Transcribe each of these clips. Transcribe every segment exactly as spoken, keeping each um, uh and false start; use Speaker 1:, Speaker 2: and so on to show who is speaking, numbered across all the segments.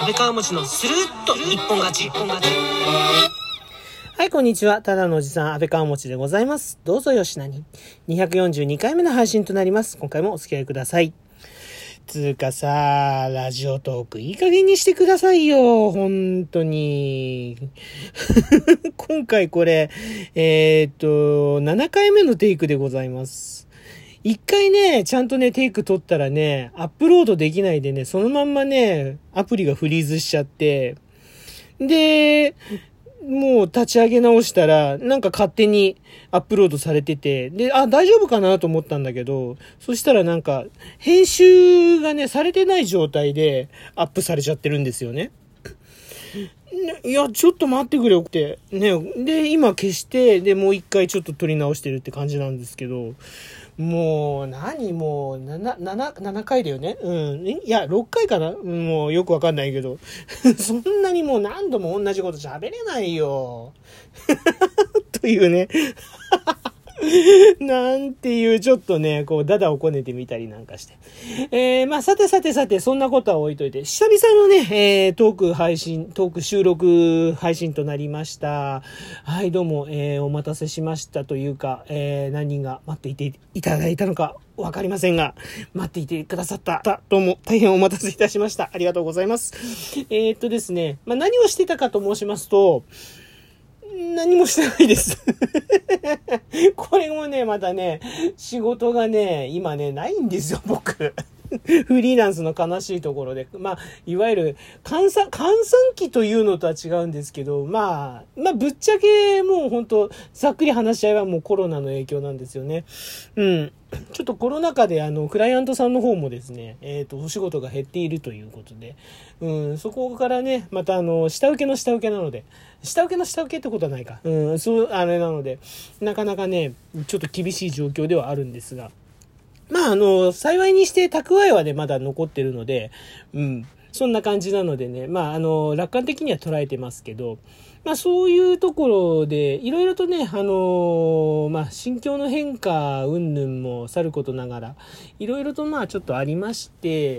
Speaker 1: 安倍川餅のスルッと一本勝ち。
Speaker 2: はい、こんにちは。ただのおじさん、安倍川餅でございます。どうぞよしなに。にひゃくよんじゅうにかいめの配信となります。今回もお付き合いください。つーかさ、ラジオトークいい加減にしてくださいよ。本当に。今回これ、えー、っと、ななかいめのテイクでございます。一回ね、ちゃんとね、テイク取ったらね、アップロードできないでね、そのまんまね、アプリがフリーズしちゃって、で、もう立ち上げ直したら、なんか勝手にアップロードされてて、で、あ、大丈夫かなと思ったんだけど、そしたらなんか、編集がね、されてない状態でアップされちゃってるんですよね。いや、ちょっと待ってくれよって。ね、で、今消して、で、もう一回ちょっと撮り直してるって感じなんですけど、もう、何もう、なな、なな、ななかいだよね。うん。いや、ろっかいかな、もうよくわかんないけど。そんなにもう何度も同じこと喋れないよ。というね。なんていう、ちょっとね、こう、ダダをこねてみたりなんかして。えー、まあ、さてさてさて、そんなことは置いといて、久々のね、えー、トーク配信、トーク収録配信となりました。はい、どうも、えー、お待たせしましたというか、えー、何人が待っていていただいたのかわかりませんが、待っていてくださった、どうも、大変お待たせいたしました。ありがとうございます。えーっとですね、まあ、何をしてたかと申しますと、何もしてないです。これもね、またね、仕事がね、今ね、ないんですよ、僕。フリーランスの悲しいところで。まあ、いわゆる、換算、換算期というのとは違うんですけど、まあ、まあ、ぶっちゃけもう本当ざっくり話しちゃえばもうコロナの影響なんですよね。うん。ちょっとコロナ禍であの、クライアントさんの方もですね、えっと、お仕事が減っているということで、うん、そこからね、またあの、下請けの下請けなので、下請けの下請けってことはないか。うん、そう、あれなので、なかなかね、ちょっと厳しい状況ではあるんですが、まあ、あの、幸いにして蓄えはね、まだ残ってるので、うん。そんな感じなのでね、まあ、あの、楽観的には捉えてますけど、まあ、そういうところで、いろいろとね、あの、まあ、心境の変化、云々もさることながら、いろいろとまあ、ちょっとありまして、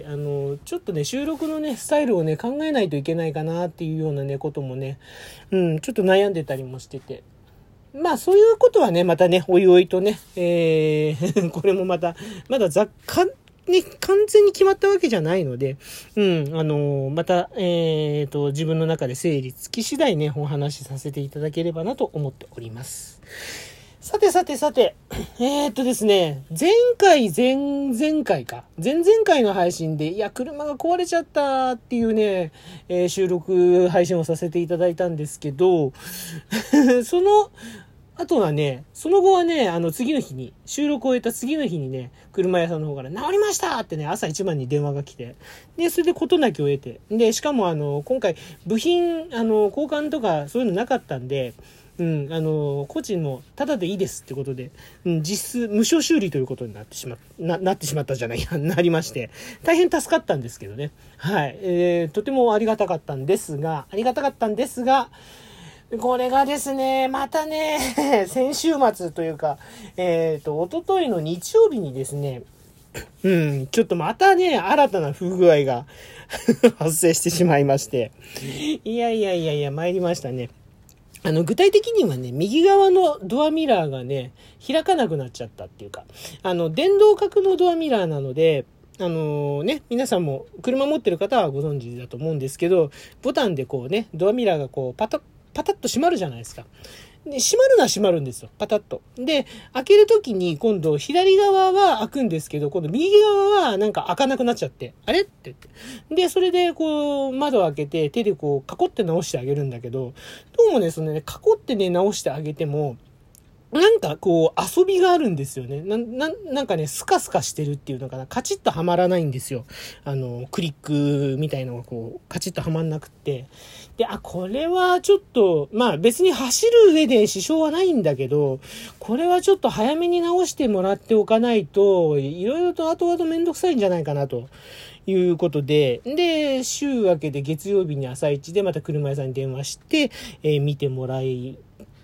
Speaker 2: あの、ちょっとね、収録のね、スタイルをね、考えないといけないかなっていうようなね、こともね、うん、ちょっと悩んでたりもしてて、まあそういうことはね、またね、おいおいとね、えー、これもまた、まだ雑貨、ね、完全に決まったわけじゃないので、うん、あのー、また、えーと、自分の中で整理つき次第ね、お話しさせていただければなと思っております。さてさてさて、えーっとですね、前回、前々回か、前々回の配信で、いや、車が壊れちゃったっていうね、えー、収録配信をさせていただいたんですけど、その、あとはね、その後はね、あの次の日に、収録を終えた次の日にね、車屋さんの方から治りましたってね、朝一番に電話が来て、で、それで事なきを得て、で、しかもあの、今回、部品、あの、交換とかそういうのなかったんで、うん、あの、個人もタダでいいですってことで、うん、実質無償修理ということになってしま、な、なってしまったじゃないや、なりまして、大変助かったんですけどね。はい。えー、とてもありがたかったんですが、ありがたかったんですが、これがですね、またね、先週末というか、えっと、おとといの日曜日にですね、うん、ちょっとまたね、新たな不具合が発生してしまいまして、いやいやいやいや、参りましたね。あの、具体的にはね、右側のドアミラーがね、開かなくなっちゃったっていうか、あの、電動角のドアミラーなので、あのね、皆さんも車持ってる方はご存知だと思うんですけど、ボタンでこうね、ドアミラーがこう、パタッ、パタッと閉まるじゃないですか。で、閉まるのは閉まるんですよ。パタッと。で、開けるときに今度左側は開くんですけど、今度右側はなんか開かなくなっちゃって、あれって言って。で、それでこう、窓を開けて手でこう、囲って直してあげるんだけど、どうもね、そのね、囲ってね、直してあげても、なんかこう遊びがあるんですよね。な、な、なんかね、スカスカしてるっていうのかな。カチッとはまらないんですよ。あの、クリックみたいのがこう、カチッとはまんなくって。で、あ、これはちょっと、まあ別に走る上で支障はないんだけど、これはちょっと早めに直してもらっておかないと、いろいろと後々めんどくさいんじゃないかなと。いうことで、で、週明けで月曜日に朝一でまた車屋さんに電話して、えー、見てもらい、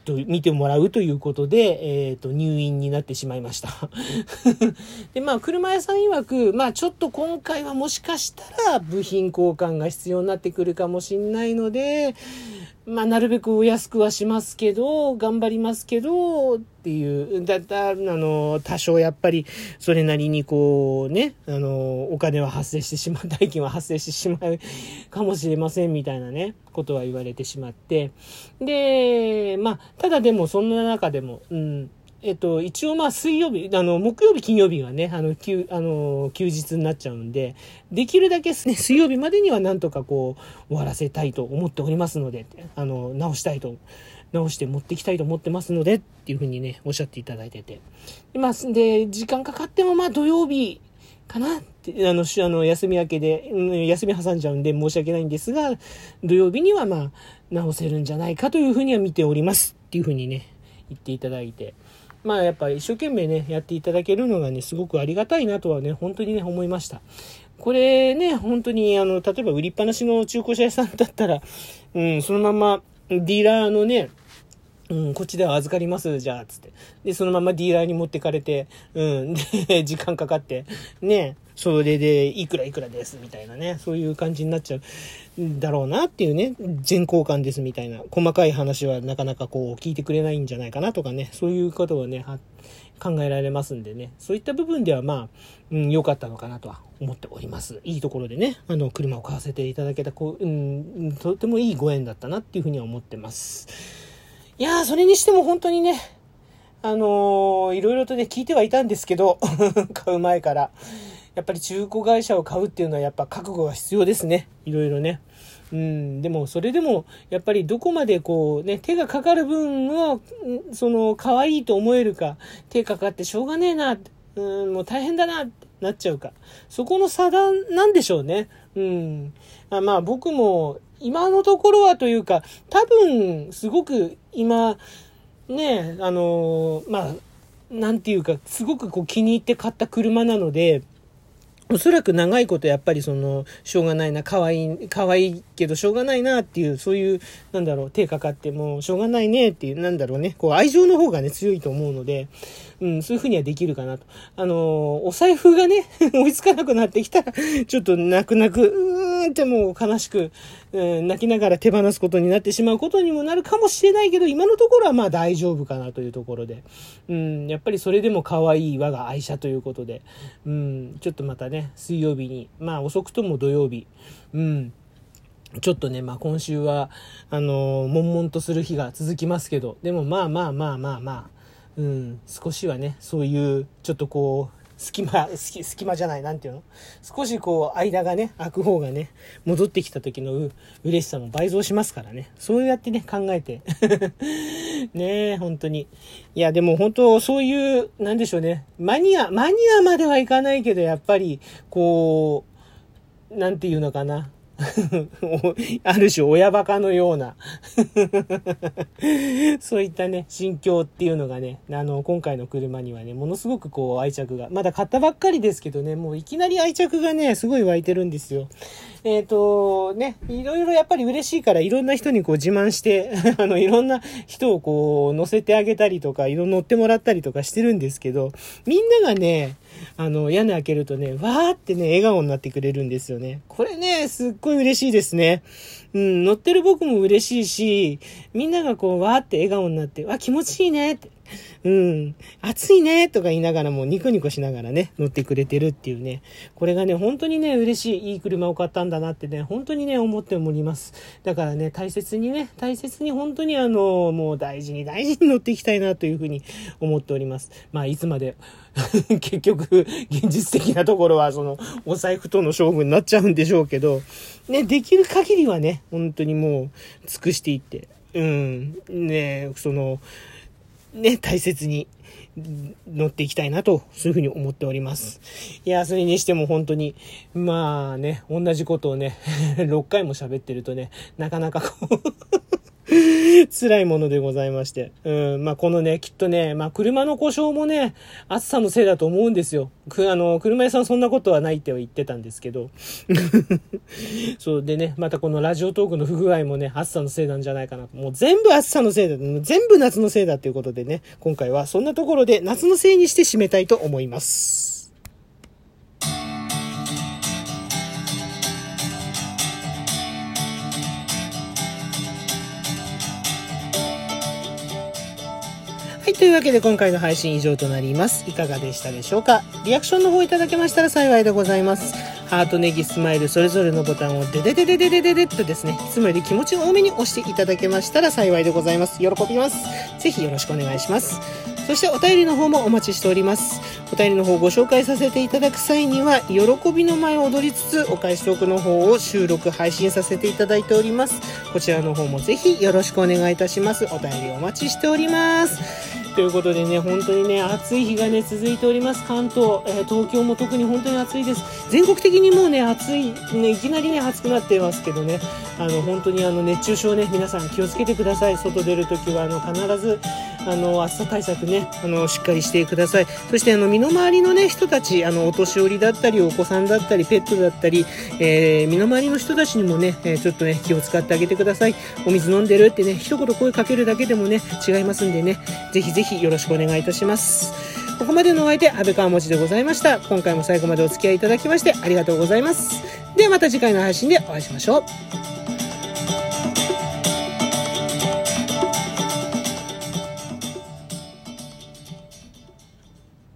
Speaker 2: と見てもらうということで、えっと、入院になってしまいました。で、まあ、車屋さん曰く、まあ、ちょっと今回はもしかしたら部品交換が必要になってくるかもしれないので、まあ、なるべくお安くはしますけど、頑張りますけど、っていう、だった、あの、多少やっぱり、それなりにこう、ね、あの、お金は発生してしまう、代金は発生してしまうかもしれません、みたいなね、ことは言われてしまって。で、まあ、ただでも、そんな中でも、うん、えっと、一応まあ水曜日、あの、木曜日、金曜日はね、あの、休、あの、休日になっちゃうんで、できるだけね、水曜日までにはなんとかこう、終わらせたいと思っておりますので、あの、直したいと、直して持っていきたいと思ってますので、っていうふうにね、おっしゃっていただいてて。で、まあ、で、時間かかってもまあ土曜日かなって、あの、あの休み明けで、うん、休み挟んじゃうんで申し訳ないんですが、土曜日にはまあ、直せるんじゃないかというふうには見ております。っていうふうにね、言っていただいて。まあやっぱり一生懸命ね、やっていただけるのがね、すごくありがたいなとはね、本当にね、思いました。これね、本当にあの、例えば売りっぱなしの中古車屋さんだったら、うん、そのままディーラーのね、うん、こっちでは預かります、じゃあ、つって。で、そのままディーラーに持ってかれて、うん、で、時間かかって、ね、それで、いくらいくらです、みたいなね、そういう感じになっちゃうんだろうなっていうね、全交換です、みたいな、細かい話はなかなかこう、聞いてくれないんじゃないかなとかね、そういうことをね、考えられますんでね、そういった部分ではまあ、うん、良かったのかなとは思っております。いいところでね、あの、車を買わせていただけた、こう、うん、とてもいいご縁だったなっていうふうには思ってます。いやー、それにしても本当にね、あのー、いろいろとね、聞いてはいたんですけど、買う前から。やっぱり中古会社を買うっていうのはやっぱ覚悟が必要ですね。いろいろね。うん、でもそれでも、やっぱりどこまでこうね、手がかかる分を、その、可愛いと思えるか、手かかってしょうがねえな、うん、もう大変だなってなっちゃうか。そこの差段なんでしょうね。うん。あまあ僕も、今のところはというか、多分、すごく今、ね、あの、まあ、なんていうか、すごくこう気に入って買った車なので、おそらく長いことやっぱりその、しょうがないな、可愛い、可愛いけどしょうがないなっていう、そういう、なんだろう、手かかってもしょうがないねっていう、なんだろうね、こう愛情の方がね、強いと思うので、うん、そういうふうにはできるかなと。あの、お財布がね、追いつかなくなってきたら、ちょっと泣く泣く、うーんってもう悲しく、うん、泣きながら手放すことになってしまうことにもなるかもしれないけど、今のところはまあ大丈夫かなというところで、うん、やっぱりそれでも可愛い我が愛車ということで、うん、ちょっとまたね、水曜日に、まあ遅くとも土曜日、うん、ちょっとね、まあ今週は、あのー、悶々とする日が続きますけど、でもまあまあまあまあまあ、うん、少しはね、そういう、ちょっとこう、隙間、隙、隙間じゃない、なんていうの？少しこう、間がね、空く方がね、戻ってきた時のう嬉しさも倍増しますからね。そうやってね、考えて。ねえ、本当に。いや、でも本当、そういう、なんでしょうね。マニア、マニアまではいかないけど、やっぱり、こう、なんていうのかな。ある種親バカのようなそういったね心境っていうのがね、あの今回の車にはねものすごくこう愛着が、まだ買ったばっかりですけどね、もういきなり愛着がねすごい湧いてるんですよ。えっとね、いろいろやっぱり嬉しいからいろんな人にこう自慢してあのいろんな人をこう乗せてあげたりとかいろいろ乗ってもらったりとかしてるんですけど、みんながねあの屋根開けるとねわーってね笑顔になってくれるんですよね。これねすっごい嬉しいですね。うん、乗ってる僕も嬉しいし、みんながこうわーって笑顔になってわ気持ちいいねって、うん、暑いねとか言いながらもニコニコしながらね乗ってくれてるっていうね、これがね本当にね嬉しい、いい車を買ったんだなってね本当にね思っております。だからね大切にね大切に本当にあのもう大事に大事に乗っていきたいなというふうに思っております。まあいつまで結局現実的なところはそのお財布との勝負になっちゃうんでしょうけどね、できる限りはね本当にもう尽くしていって、うんねそのね大切に乗っていきたいなとそういうふうに思っております。いやそれにしても本当にまあね同じことをねろっかいも喋ってるとねなかなかこう辛いものでございまして。うん、まあ、このね、きっとね、まあ、車の故障もね、暑さのせいだと思うんですよ。く、あの、車屋さんそんなことはないっては言ってたんですけど。そうでね、またこのラジオトークの不具合もね、暑さのせいなんじゃないかな。もう全部暑さのせいだ。全部夏のせいだっていうことでね、今回はそんなところで夏のせいにして締めたいと思います。はい、というわけで今回の配信以上となります。いかがでしたでしょうか？リアクションの方いただけましたら幸いでございます。ハート、ネギ、スマイル、それぞれのボタンをデデデデデデデデッとですね、いつもより気持ち多めに押していただけましたら幸いでございます。喜びます。ぜひよろしくお願いします。そしてお便りの方もお待ちしております。お便りの方をご紹介させていただく際には、喜びの舞を踊りつつ、お返しトークの方を収録配信させていただいております。こちらの方もぜひよろしくお願いいたします。お便りお待ちしております。ということでね、本当にね、暑い日がね、続いております。関東、えー、東京も特に本当に暑いです。全国的にもうね、暑い、ね、いきなりね、暑くなってますけどね、あの、本当にあの、熱中症ね、皆さん気をつけてください。外出るときは、あの、必ず、あの、暑さ対策ね、あの、しっかりしてください。そして、あの、身の回りのね、人たち、あの、お年寄りだったり、お子さんだったり、ペットだったり、えー、身の回りの人たちにもね、えー、ちょっとね、気を使ってあげてください。お水飲んでるってね、一言声かけるだけでもね、違いますんでね、ぜひぜひよろしくお願いいたします。ここまでのお相手、安倍川もちでございました。今回も最後までお付き合いいただきましてありがとうございます。ではまた次回の配信でお会いしましょう。